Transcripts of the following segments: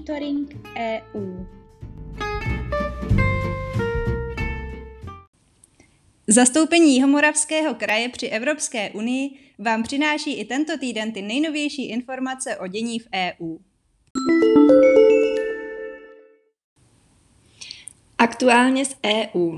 Monitoring EU. Zastoupení Jihomoravského kraje při Evropské unii vám přináší i tento týden ty nejnovější informace o dění v EU. Aktuálně z EU.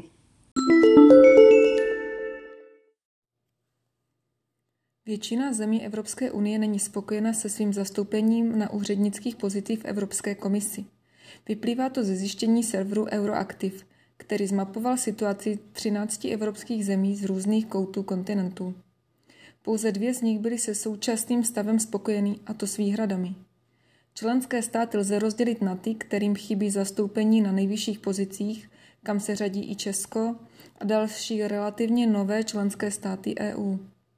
Většina zemí Evropské unie není spokojena se svým zastoupením na úřednických pozicích v Evropské komisi. Vyplývá to ze zjištění serveru Euroactiv, který zmapoval situaci 13 evropských zemí z různých koutů kontinentů. Pouze 2 z nich byly se současným stavem spokojeny, a to s výhradami. Členské státy lze rozdělit na ty, kterým chybí zastoupení na nejvyšších pozicích, kam se řadí i Česko, a další relativně nové členské státy EU.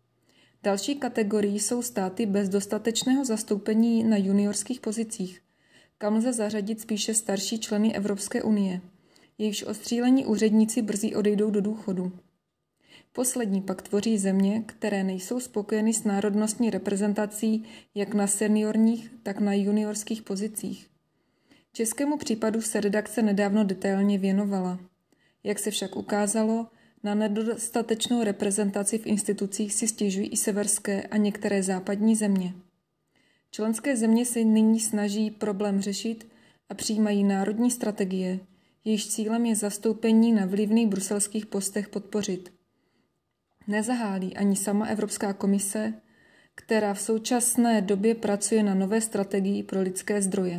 Další kategorií jsou státy bez dostatečného zastoupení na juniorských pozicích, kam lze zařadit spíše starší členy Evropské unie. Jejichž ostřílení úředníci brzy odejdou do důchodu. Poslední pak tvoří země, které nejsou spokojeny s národnostní reprezentací jak na seniorních, tak na juniorských pozicích. Českému případu se redakce nedávno detailně věnovala. Jak se však ukázalo, na nedostatečnou reprezentaci v institucích si stěžují i severské a některé západní země. Členské země se nyní snaží problém řešit a přijímají národní strategie, jejíž cílem je zastoupení na vlivných bruselských postech podpořit. Nezahálí ani sama Evropská komise, která v současné době pracuje na nové strategii pro lidské zdroje.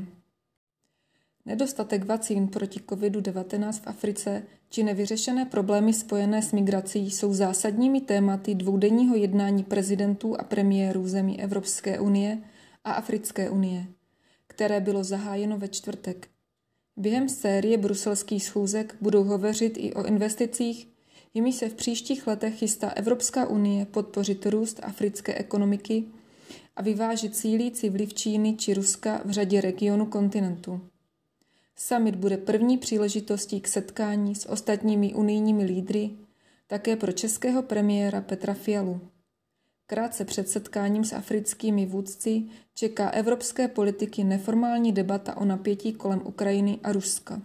Nedostatek vakcín proti COVID-19 v Africe či nevyřešené problémy spojené s migrací jsou zásadními tématy dvoudenního jednání prezidentů a premiérů zemí Evropské unie a Africké unie, které bylo zahájeno ve čtvrtek. Během série bruselských schůzek budou hovořit i o investicích, jimi se v příštích letech chystá Evropská unie podpořit růst africké ekonomiky a vyvážit sílící vliv Číny či Ruska v řadě regionů kontinentu. Summit bude první příležitostí k setkání s ostatními unijními lídry, také pro českého premiéra Petra Fialu. Krátce před setkáním s africkými vůdci čeká evropské politiky neformální debata o napětí kolem Ukrajiny a Ruska.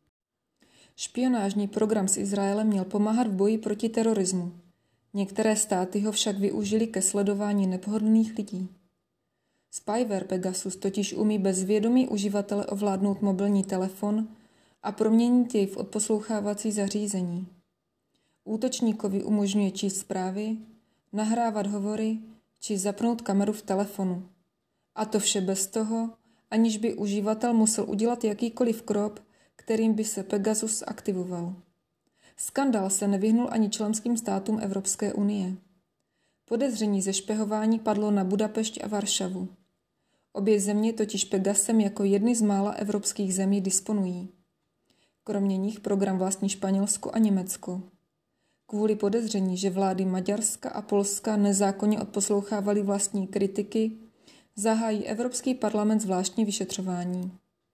Špionážní program s Izraelem měl pomáhat v boji proti terorismu. Některé státy ho však využili ke sledování nevhodných lidí. Spyware Pegasus totiž umí bez vědomí uživatele ovládnout mobilní telefon a proměnit jej v odposlouchávací zařízení. Útočníkovi umožňuje číst zprávy, nahrávat hovory či zapnout kameru v telefonu. A to vše bez toho, aniž by uživatel musel udělat jakýkoliv krok, kterým by se Pegasus aktivoval. Skandál se nevyhnul ani členským státům Evropské unie. Podezření ze špehování padlo na Budapešť a Varšavu. Obě země totiž Pegasem jako jedny z mála evropských zemí disponují. Kromě nich program vlastní Španělsko a Německo. Kvůli podezření, že vlády Maďarska a Polska nezákonně odposlouchávaly vlastní kritiky, zahájí Evropský parlament zvláštní vyšetřování.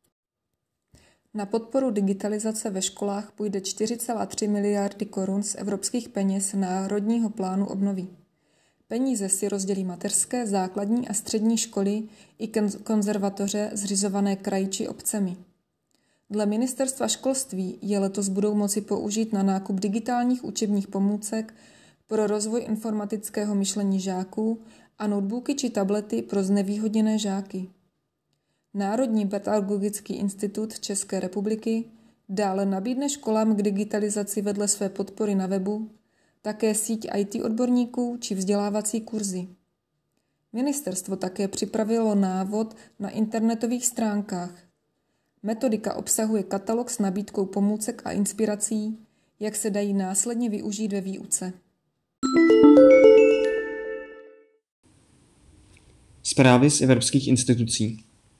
Na podporu digitalizace ve školách půjde 4,3 miliardy korun z evropských peněz Národního plánu obnovy. Peníze si rozdělí mateřské, základní a střední školy i konzervatoře zřizované kraji či obcemi. Dle ministerstva školství je letos budou moci použít na nákup digitálních učebních pomůcek pro rozvoj informatického myšlení žáků a notebooky či tablety pro znevýhodněné žáky. Národní pedagogický institut České republiky dále nabídne školám k digitalizaci vedle své podpory na webu také síť IT odborníků či vzdělávací kurzy. Ministerstvo také připravilo návod na internetových stránkách. Metodika obsahuje katalog s nabídkou pomůcek a inspirací, jak se dají následně využít ve výuce. Zprávy z evropských institucí.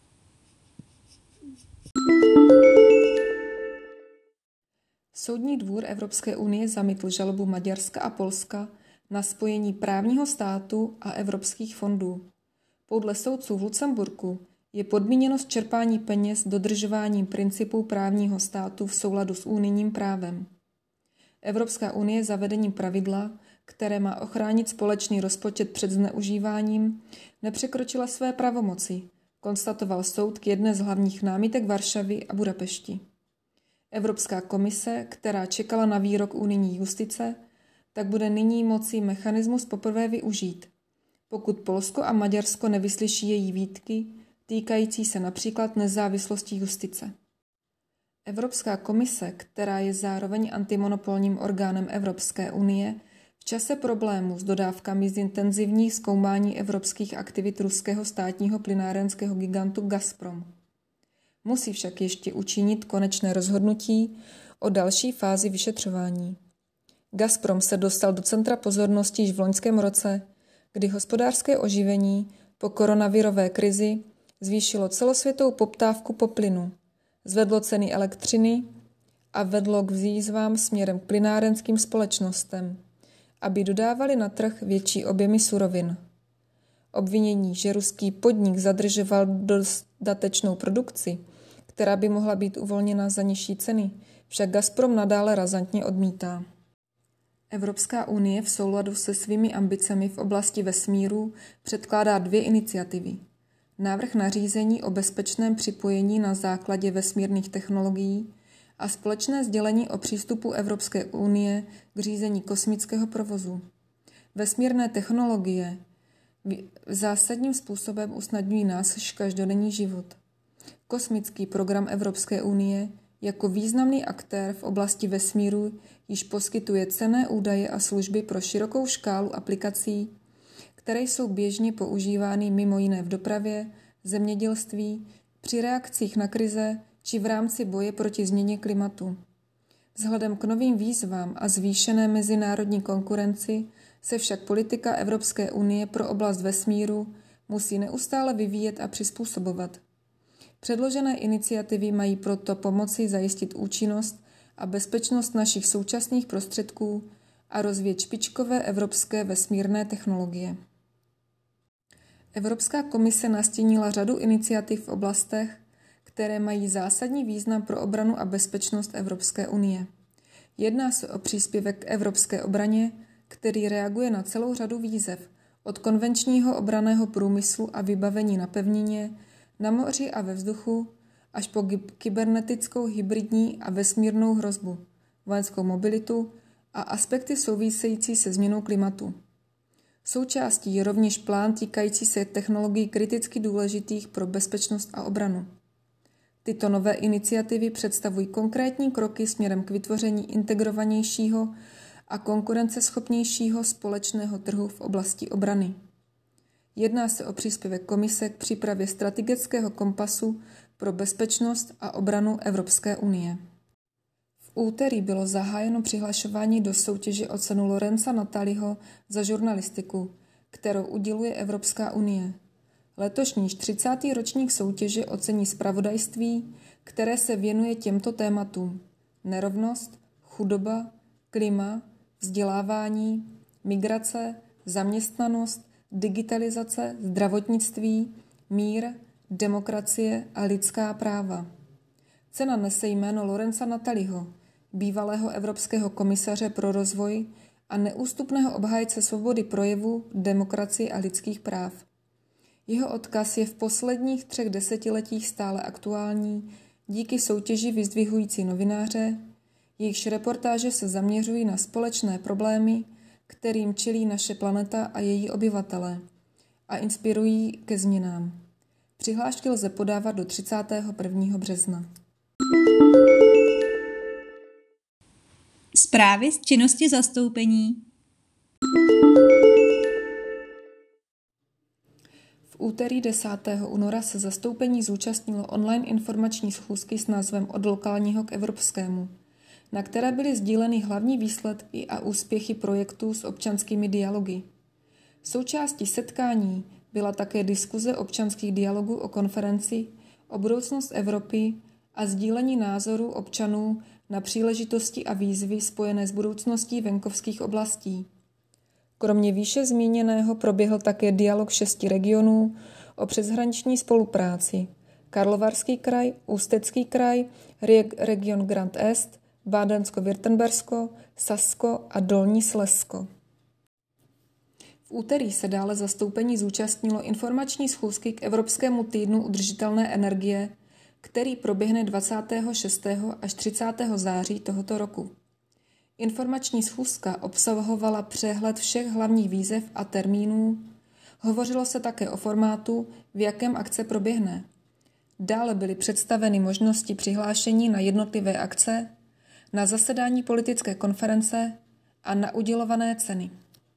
Soudní dvůr Evropské unie zamítl žalobu Maďarska a Polska na spojení právního státu a evropských fondů. Podle soudců v Lucemburku je podmíněnost čerpání peněz dodržováním principů právního státu v souladu s unijním právem. Evropská unie zavedením pravidla, které má ochránit společný rozpočet před zneužíváním, nepřekročila své pravomoci konstatoval soud k jedné z hlavních námitek Varšavy a Budapešti. Evropská komise, která čekala na výrok unijní justice, tak bude nyní moci mechanismus poprvé využít, pokud Polsko a Maďarsko nevyslyší její výtky týkající se například nezávislosti justice. Evropská komise, která je zároveň antimonopolním orgánem Evropské unie, v čase problému s dodávkami z intenzivních zkoumání evropských aktivit ruského státního plynárenského gigantu Gazprom. Musí však ještě učinit konečné rozhodnutí o další fázi vyšetřování. Gazprom se dostal do centra pozornosti již v loňském roce, kdy hospodářské oživení po koronavirové krizi zvýšilo celosvětovou poptávku po plynu, zvedlo ceny elektřiny a vedlo k výzvám směrem k plynárenským společnostem, aby dodávali na trh větší objemy surovin. Obvinění, že ruský podnik zadržoval dostatečnou produkci, která by mohla být uvolněna za nižší ceny, však Gazprom nadále razantně odmítá. Evropská unie v souladu se svými ambicemi v oblasti vesmíru předkládá 2 iniciativy. Návrh nařízení o bezpečném připojení na základě vesmírných technologií a společné sdělení o přístupu Evropské unie k řízení kosmického provozu. Vesmírné technologie zásadním způsobem usnadňují náš každodenní život. Kosmický program Evropské unie jako významný aktér v oblasti vesmíru již poskytuje cenné údaje a služby pro širokou škálu aplikací, které jsou běžně používány mimo jiné v dopravě, zemědělství, při reakcích na krize či v rámci boje proti změně klimatu. Vzhledem k novým výzvám a zvýšené mezinárodní konkurenci se však politika Evropské unie pro oblast vesmíru musí neustále vyvíjet a přizpůsobovat. Předložené iniciativy mají proto pomoci zajistit účinnost a bezpečnost našich současných prostředků a rozvíjet špičkové evropské vesmírné technologie. Evropská komise nastínila řadu iniciativ v oblastech, které mají zásadní význam pro obranu a bezpečnost Evropské unie. Jedná se o příspěvek k evropské obraně, který reaguje na celou řadu výzev, od konvenčního obranného průmyslu a vybavení na pevnině, na moři a ve vzduchu, až po kybernetickou, hybridní a vesmírnou hrozbu, vojenskou mobilitu a aspekty související se změnou klimatu. Součástí je rovněž plán týkající se technologií kriticky důležitých pro bezpečnost a obranu. Tyto nové iniciativy představují konkrétní kroky směrem k vytvoření integrovanějšího a konkurenceschopnějšího společného trhu v oblasti obrany. Jedná se o příspěvek komise k přípravě strategického kompasu pro bezpečnost a obranu Evropské unie. V úterý bylo zahájeno přihlašování do soutěže o cenu Lorenza Nataliho za žurnalistiku, kterou uděluje Evropská unie. Letošní 30. ročník soutěže ocení zpravodajství, které se věnuje těmto tématům: nerovnost, chudoba, klima, vzdělávání, migrace, zaměstnanost, digitalizace, zdravotnictví, mír, demokracie a lidská práva. Cena nese jméno Lorenza Nataliho, bývalého evropského komisaře pro rozvoj a neústupného obhájce svobody projevu, demokracie a lidských práv. Jeho odkaz je v posledních 3 desetiletích stále aktuální díky soutěži vyzdvihující novináře, jejichž reportáže se zaměřují na společné problémy, kterým čelí naše planeta a její obyvatelé, a inspirují ke změnám. Přihlášky lze podávat do 31. března. Zprávy z činnosti zastoupení. V úterý 10. února se zastoupení zúčastnilo online informační schůzky s názvem Od lokálního k evropskému, na které byly sdíleny hlavní výsledky a úspěchy projektů s občanskými dialogy. Součástí setkání byla také diskuze občanských dialogů o konferenci o budoucnost Evropy a sdílení názorů občanů na příležitosti a výzvy spojené s budoucností venkovských oblastí. Kromě výše zmíněného proběhl také dialog 6 regionů o přeshraniční spolupráci: Karlovarský kraj, Ústecký kraj, region Grand Est, Bádensko-Württembersko, Sasko a Dolní Slezsko. V úterý se dále zastoupení zúčastnilo informační schůzky k Evropskému týdnu udržitelné energie, který proběhne 26. až 30. září tohoto roku. Informační schůzka obsahovala přehled všech hlavních výzev a termínů. Hovořilo se také o formátu, v jakém akce proběhne. Dále byly představeny možnosti přihlášení na jednotlivé akce, na zasedání politické konference a na udělované ceny.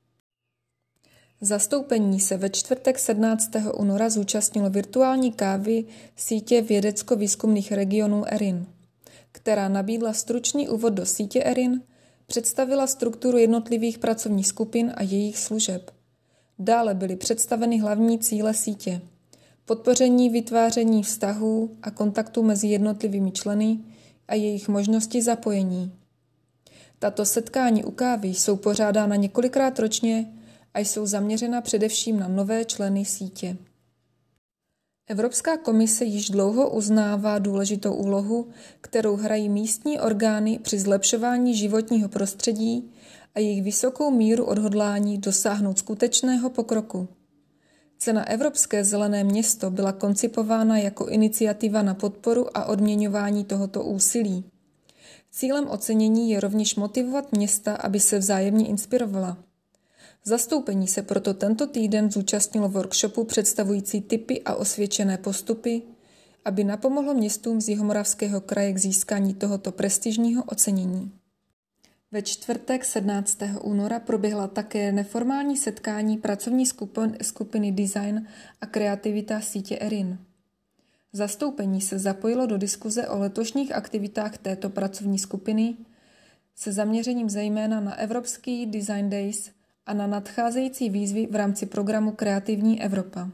Zastoupení se ve čtvrtek 17. února zúčastnilo virtuální kávy sítě vědecko-výzkumných regionů ERIN, která nabídla stručný úvod do sítě ERIN, představila strukturu jednotlivých pracovních skupin a jejich služeb. Dále byly představeny hlavní cíle sítě, podpoření vytváření vztahů a kontaktů mezi jednotlivými členy a jejich možnosti zapojení. Tato setkání u kávy jsou pořádána několikrát ročně a jsou zaměřena především na nové členy sítě. Evropská komise již dlouho uznává důležitou úlohu, kterou hrají místní orgány při zlepšování životního prostředí a jejich vysokou míru odhodlání dosáhnout skutečného pokroku. Cena Evropské zelené město byla koncipována jako iniciativa na podporu a odměňování tohoto úsilí. Cílem ocenění je rovněž motivovat města, aby se vzájemně inspirovala. Zastoupení se proto tento týden zúčastnilo workshopu představující typy a osvědčené postupy, aby napomohlo městům z Jihomoravského kraje k získání tohoto prestižního ocenění. Ve čtvrtek 17. února proběhla také neformální setkání pracovní skupiny Design a kreativita sítě ERIN. Zastoupení se zapojilo do diskuze o letošních aktivitách této pracovní skupiny se zaměřením zejména na Evropský Design Days a na nadcházející výzvy v rámci programu Kreativní Evropa.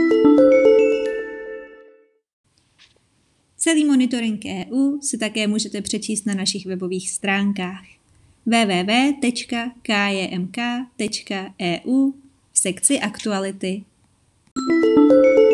Celý monitoring EU si také můžete přečíst na našich webových stránkách www.kjmk.eu v sekci Aktuality.